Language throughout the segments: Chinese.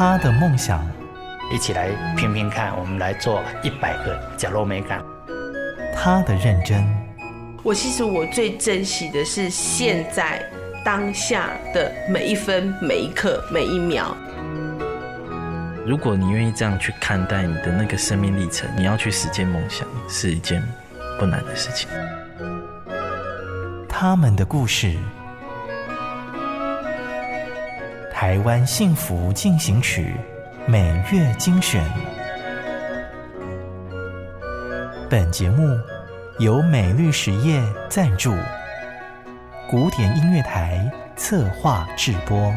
他的梦想， 一起来拼拼看，我们来做100个角落美感。 他的认真， 其实我最珍惜的是现在当下的每一分每一刻每一秒。 如果你愿意这样去看待你的那个生命历程，你要去实践梦想是一件不难的事情。 他们的故事，台湾幸福进行曲每月精选。本节目由美律实业赞助，古典音乐台策划制播。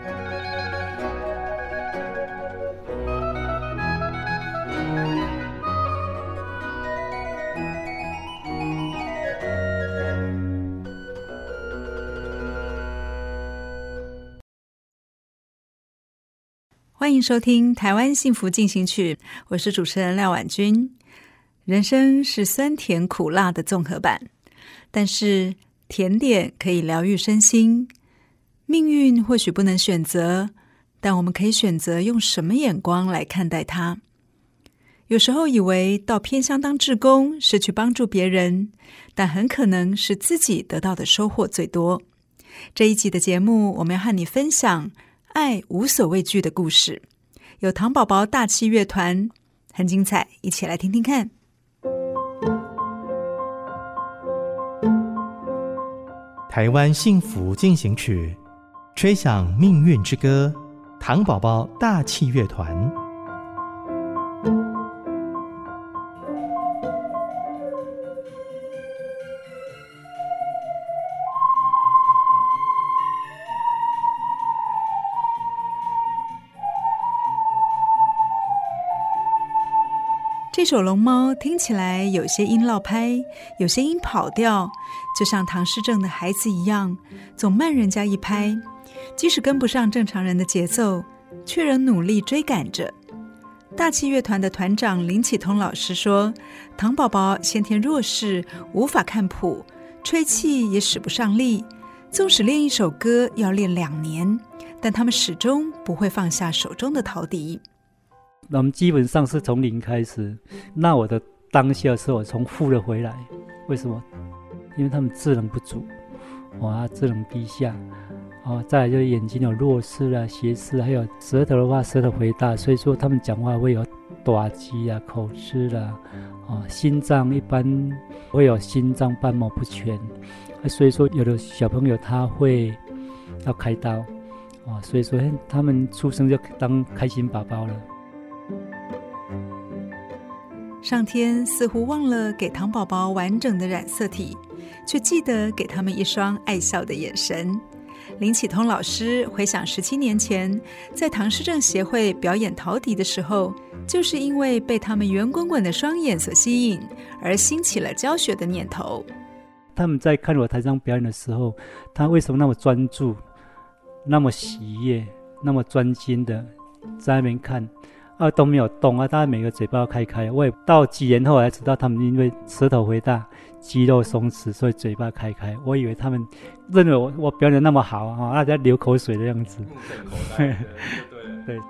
欢迎收听台湾幸福进行曲，我是主持人廖婉君。人生是酸甜苦辣的综合版，但是甜点可以疗愈身心。命运或许不能选择，但我们可以选择用什么眼光来看待它。有时候以为到偏乡当志工是去帮助别人，但很可能是自己得到的收获最多。这一集的节目，我们要和你分享爱无所畏惧的故事，有唐宝宝大气乐团，很精彩，一起来听听看。 台湾幸福进行曲，吹响命运之歌，唐宝宝大气乐团。 这首龙猫听起来有些音落拍，有些音跑调，就像唐诗正的孩子一样，总慢人家一拍，即使跟不上正常人的节奏，却仍努力追赶着。大气乐团的团长林启通老师说，唐宝宝先天弱视，无法看谱，吹气也使不上力，纵使练一首歌要练2年，但他们始终不会放下手中的陶笛。 我们基本上是从零开始，那我的当下是我从负的回来。为什么？因为他们智能不足，智能低下，再来就是眼睛有弱视啊、斜视，还有舌头的话，舌头回大，所以说他们讲话会有短机啊、口吃啦，心脏一般会有心脏瓣膜不全，所以说有的小朋友他会要开刀，所以说他们出生就当开心宝宝了。 上天似乎忘了给唐宝宝完整的染色体，却记得给他们一双爱笑的眼神。林启通老师回想17年前在唐诗正协会表演陶笛的时候，就是因为被他们圆滚滚的双眼所吸引，而兴起了教学的念头。 他们在看我台上表演的时候，他为什么那么专注，那么喜悦，那么专心的在那边看都没有动大家每个嘴巴都开开。我也到几年后才知道，他们因为舌头回大，肌肉松弛，所以嘴巴开开。我以为他们认为我表演那么好大家流口水的样子。对。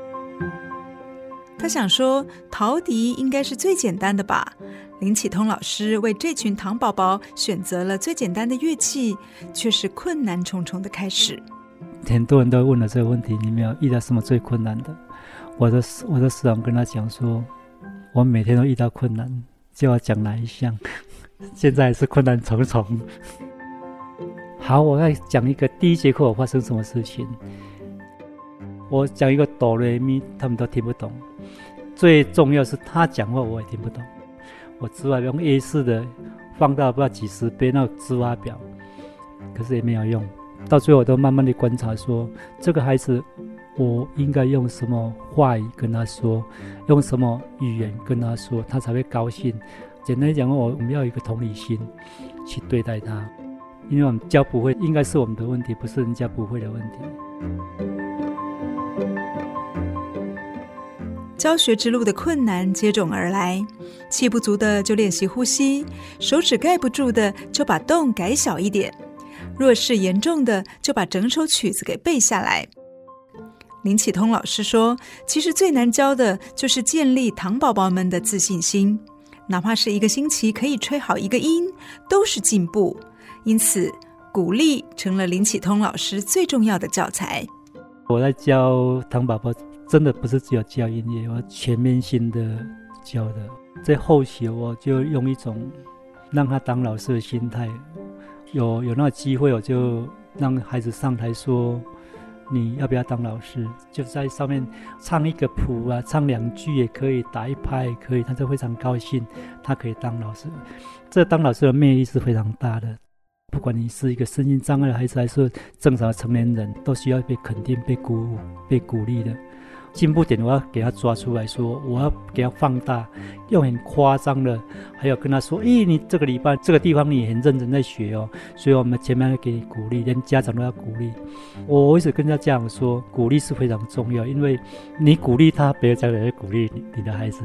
他想说，陶笛应该是最简单的吧？林启通老师为这群唐宝宝选择了最简单的乐器，却是困难重重的开始。 很多人都问了这个问题，你没有遇到什么最困难的？我的师长跟他讲说，我每天都遇到困难，就要讲哪一项？现在是困难重重。好，我要讲一个第一节课我发生什么事情。我讲一个哆来咪，他们都听不懂。最重要是他讲话我也听不懂。我指法用 A4 的放大不知道几十倍那个指法表，可是也没有用。到最后我都慢慢的观察说，这个孩子我应该用什么话语跟他说，用什么语言跟他说，他才会高兴。简单讲，我们要有一个同理心去对待他，因为我们教不会，应该是我们的问题，不是人家不会的问题。 教学之路的困难接踵而来，气不足的就练习呼吸，手指盖不住的就把洞改小一点，弱视严重的就把整首曲子给背下来。 林启通老师说，其实最难教的就是建立糖宝宝们的自信心，哪怕是1个星期可以吹好1个音，都是进步。因此，鼓励成了林启通老师最重要的教材。 我在教糖宝宝，真的不是只有教音乐，我全面性的教的。在后期，我就用一种让他当老师的心态，有那个机会，我就让孩子上台说，你要不要当老师？就在上面唱一个谱啊，唱2句也可以，打一拍也可以，他就非常高兴，他可以当老师。这当老师的魅力是非常大的。不管你是一个身心障碍的孩子，还是正常的成年人，都需要被肯定、被鼓舞、被鼓励的。进步点我要给他抓出来说，我要给他放大，用很夸张的，还有跟他说，你这个礼拜这个地方你很认真在学哦，所以我们前面要给你鼓励，连家长都要鼓励。我一直跟家长说，鼓励是非常重要，因为你鼓励他，别的家长也会鼓励你的孩子。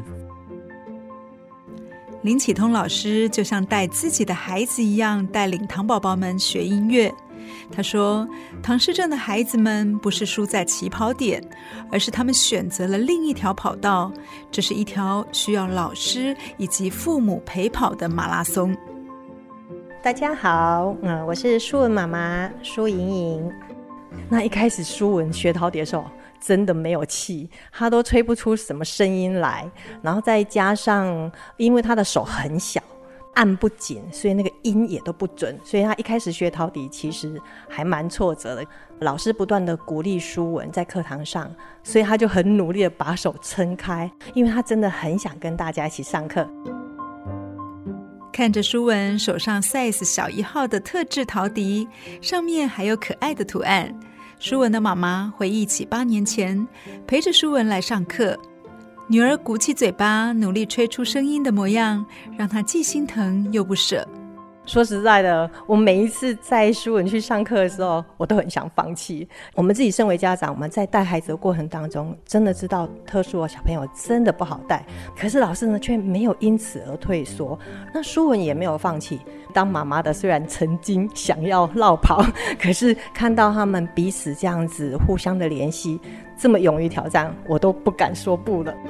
林启通老师就像带自己的孩子一样，带领糖宝宝们学音乐。他说，唐氏症的孩子们不是输在起跑点，而是他们选择了另一条跑道，这是一条需要老师以及父母陪跑的马拉松。 大家好，我是舒文妈妈舒莹莹。那一开始舒文学陶笛的时候真的没有气，他都吹不出什么声音来，然后再加上因为他的手很小，按不紧，所以那个音也都不准，所以他一开始学陶笛其实还蛮挫折的。老师不断的鼓励舒文在课堂上，所以他就很努力的把手撑开，因为他真的很想跟大家一起上课。 看着舒文手上 size 小1号的特制陶笛，上面还有可爱的图案，舒文的妈妈回忆起8年前陪着舒文来上课，女儿鼓起嘴巴努力吹出声音的模样，让她既心疼又不舍。 说实在的，我每一次在舒文去上课的时候，我都很想放弃。我们自己身为家长，我们在带孩子的过程当中，真的知道特殊的小朋友真的不好带，可是老师呢却没有因此而退缩，那舒文也没有放弃。当妈妈的虽然曾经想要落跑，可是看到他们彼此这样子互相的联系，这么勇于挑战，我都不敢说不了。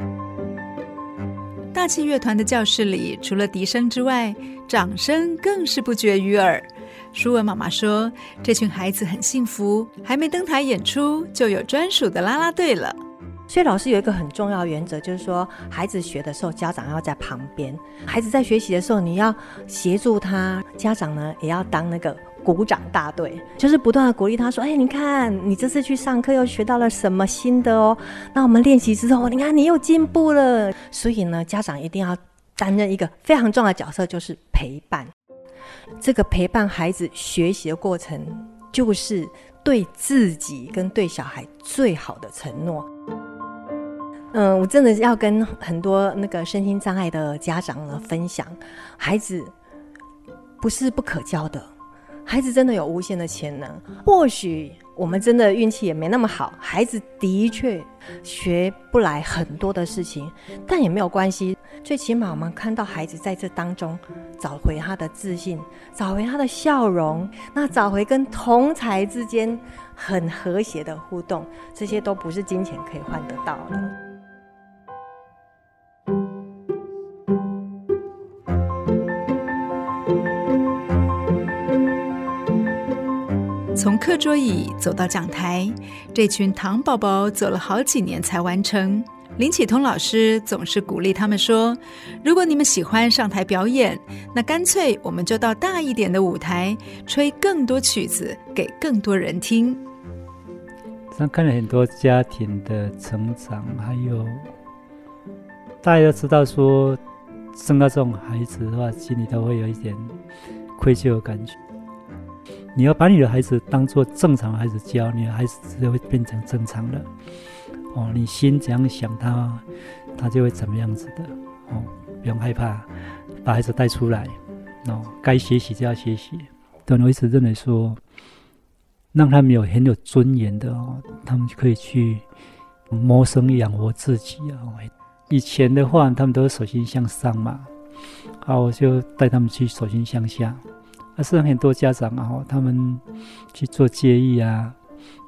大气乐团的教室里，除了笛声之外，掌声更是不绝于耳。舒文妈妈说，这群孩子很幸福，还没登台演出就有专属的啦啦队了。 所以老师有一个很重要的原则，就是说孩子学的时候家长要在旁边，孩子在学习的时候你要协助他，家长呢也要当那个鼓掌大队，就是不断的鼓励他说，你看你这次去上课又学到了什么新的哦，那我们练习之后你看你又进步了。所以呢家长一定要担任一个非常重要的角色，就是陪伴。这个陪伴孩子学习的过程，就是对自己跟对小孩最好的承诺。我真的要跟很多那个身心障碍的家长呢分享，孩子不是不可教的，孩子真的有无限的潜能。或许我们真的运气也没那么好，孩子的确学不来很多的事情，但也没有关系，最起码我们看到孩子在这当中找回他的自信，找回他的笑容，那找回跟同侪之间很和谐的互动，这些都不是金钱可以换得到的。 从课桌椅走到讲台，这群糖宝宝走了好几年才完成。林启通老师总是鼓励他们说，如果你们喜欢上台表演，那干脆我们就到大一点的舞台，吹更多曲子给更多人听。 这样看了很多家庭的成长，还有大家都知道说生到这种孩子的话，心里都会有一点愧疚的感觉。你要把你的孩子当作正常的孩子教，你的孩子就会变成正常的。你心怎样想他就会怎么样子的。不用害怕，把孩子带出来。该学习就要学习。但我一直认为说，让他们很有尊严的他们就可以去谋生养活自己以前的话，他们都是手心向上嘛，我就带他们去手心向下。是很多家长他们去做介意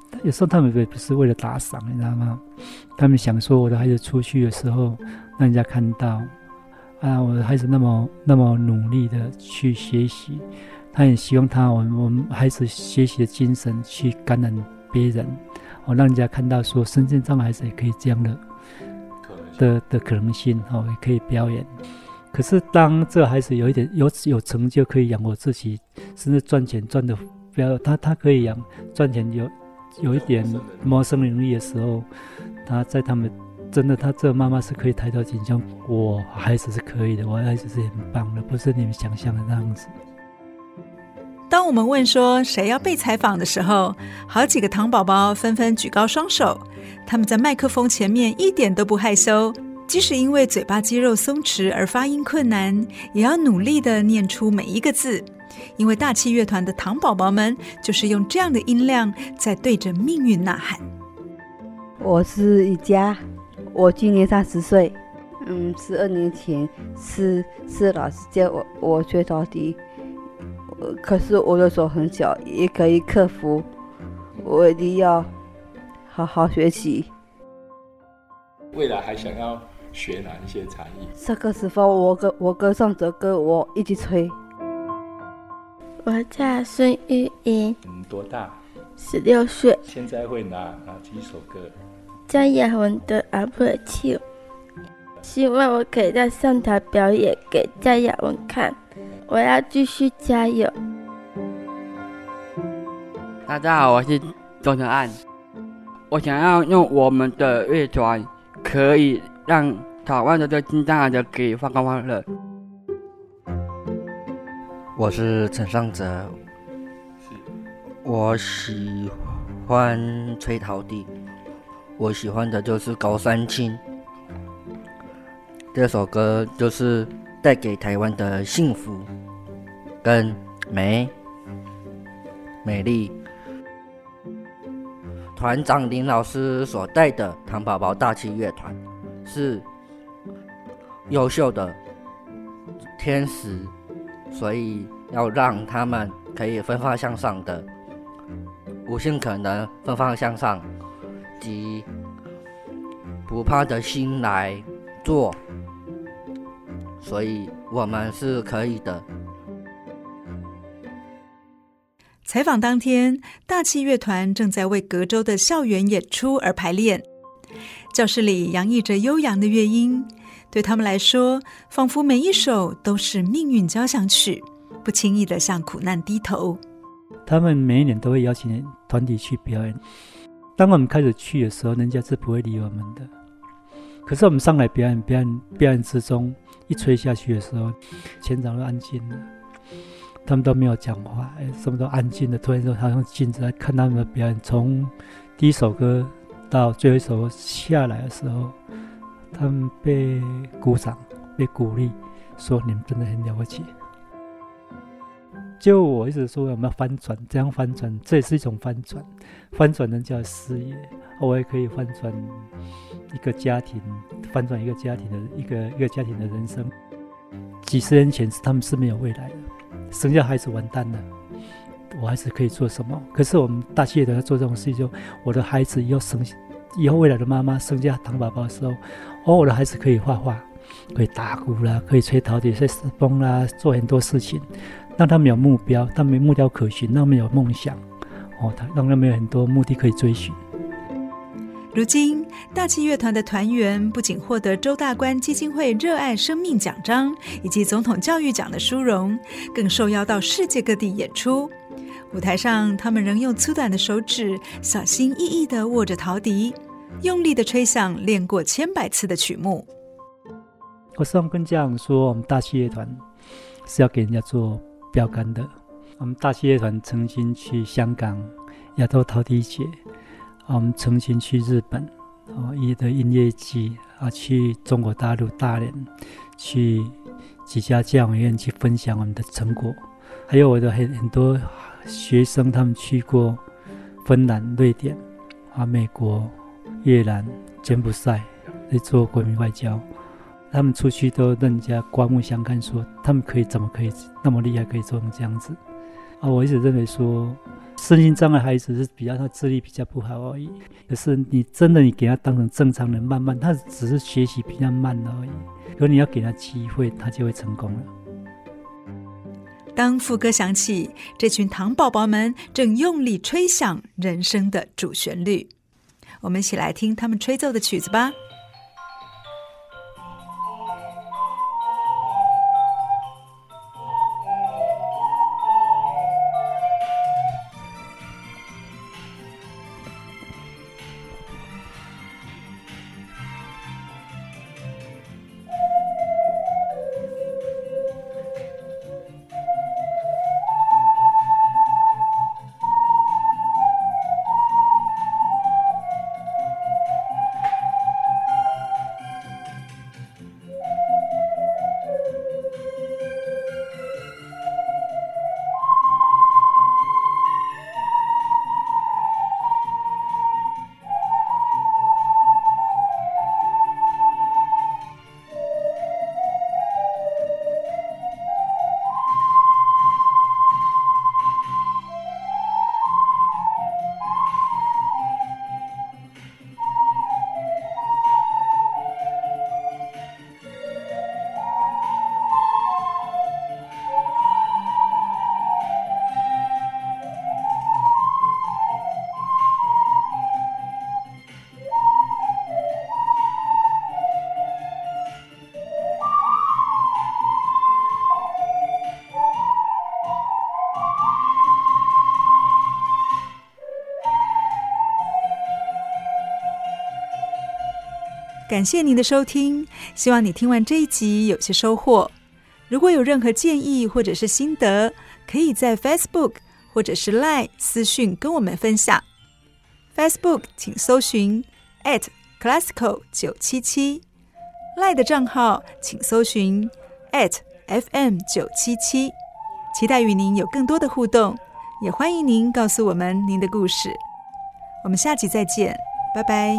有时候他们也不是为了打赏，你知道吗？他们想说我的孩子出去的时候，让人家看到啊，我的孩子那么努力的去学习，他也希望我们孩子学习的精神去感染别人，让人家看到说身心障碍孩子也可以这样的可能性，也可以表演。可是当这个孩子有一点有成就，可以养活自己，甚至赚钱赚的不要他可以赚钱有一点谋生能力的时候，他在他们真的他这个妈妈是可以抬头挺胸，我孩子是可以的，我孩子是很棒的，不是你们想象的那样子。 当我们问说谁要被采访的时候，好几个糖宝宝纷纷举高双手，他们在麦克风前面一点都不害羞，即使因为嘴巴肌肉松弛而发音困难，也要努力地念出每一个字，因为大气乐团的糖宝宝们就是用这样的音量在对着命运呐喊。 我是一家，我今年30岁，12年前是老师教我吹陶笛，可是我的手很小，也可以克服，我一定要好好学习。 未来还想要学哪一些才艺？ 萨克斯风，我歌唱着歌，我一起吹。 我叫孙玉莹， 多大 ？16岁。 现在会哪几首歌？ 张雅文的《阿婆秋》，希望我可以在上台表演给张雅文看。我要继续加油。 大家好，我是周成安。我想要用我们的乐团，可以让台湾的这听障碍者可以放光欢乐。 我是陈尚哲，我喜欢吹陶笛，我喜欢的就是高山青。这首歌就是带给台湾的幸福跟美丽。团长林老师所带的糖宝宝大气乐团是优秀的天使，所以要让他们可以奋发向上的，无限可能奋发向上及不怕的心来做，所以我们是可以的。 采访当天，大气乐团正在为隔周的校园演出而排练。教室里洋溢着悠扬的乐音，对他们来说，仿佛每一首都是命运交响曲，不轻易地向苦难低头。 他们每一年都会邀请团体去表演，当我们开始去的时候，人家是不会理我们的。可是我们上来表演之中，一吹下去的时候，全场都安静了。他们都没有讲话，什么都安静的，突然说好像镜子在看他们的表演。从第一首歌到最后一首下来的时候，他们被鼓掌，被鼓励，说你们真的很了不起。就我一直说我们要翻转，这样翻转，这也是一种翻转，翻转人家的事业，我也可以翻转一个家庭，翻转一个家庭的一个家庭的人生。几十年前他们是没有未来的，生下孩子完蛋了，我孩子可以做什么？可是我们大企业在做这种事情，就我的孩子以后未来的妈妈生下糖宝宝的时候，我的孩子可以画画，可以打鼓啦，可以吹陶笛、吹斯风啦，做很多事情，让他们有目标，他们目标可循，让他们有梦想，让他们有很多目的可以追寻。 如今，大气乐团的团员不仅获得周大观基金会热爱生命奖章以及总统教育奖的殊荣，更受邀到世界各地演出。舞台上，他们仍用粗短的手指小心翼翼地握着陶笛，用力地吹响练过千百次的曲目。 我希望跟家长说，我们大气乐团是要给人家做标杆的。我们大气乐团曾经去香港亚洲陶笛节，我们曾经去日本的音乐季，去中国大陆大连，去几家教养院去分享我们的成果。还有我的很多学生，他们去过芬兰、瑞典、美国、越南、柬埔寨在做国民外交。他们出去都让人家刮目相看，说他们怎么可以那么厉害，可以做成这样子。 我一直认为说，身心障碍孩子是比较他智力比较不好而已。可是你给他当成正常人，慢慢他只是学习比较慢而已。可你要给他机会，他就会成功了。 当副歌响起，这群糖宝宝们正用力吹响人生的主旋律。我们一起来听他们吹奏的曲子吧。感谢您的收听，希望你听完这一集有些收获。如果有任何建议或者是心得，可以在 Facebook 或者是 LINE 私讯跟我们分享。Facebook 请搜寻 @classical977， LINE 的账号请搜寻 @FM977。期待与您有更多的互动，也欢迎您告诉我们您的故事。我们下集再见，拜拜。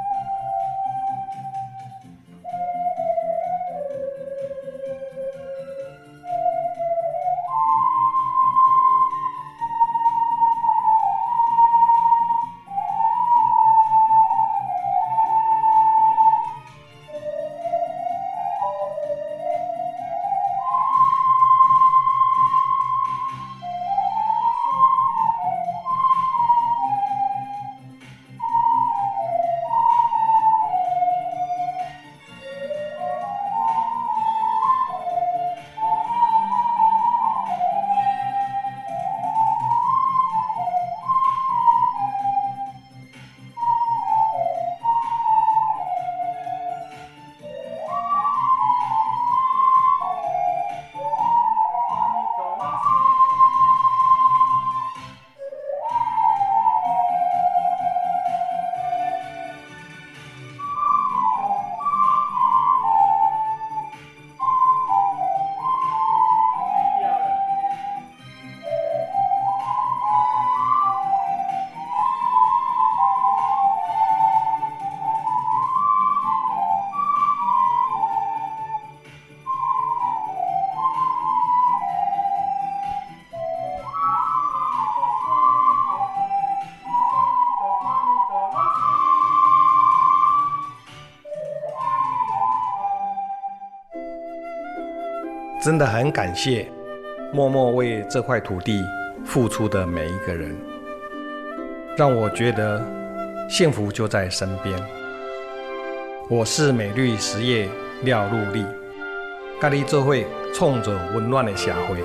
真的很感谢默默为这块土地付出的每一个人，让我觉得幸福就在身边。我是美绿实业廖陆力，跟你做伙创造温暖的社会。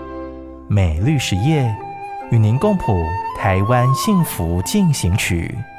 美绿实业与您共谱台湾幸福进行曲。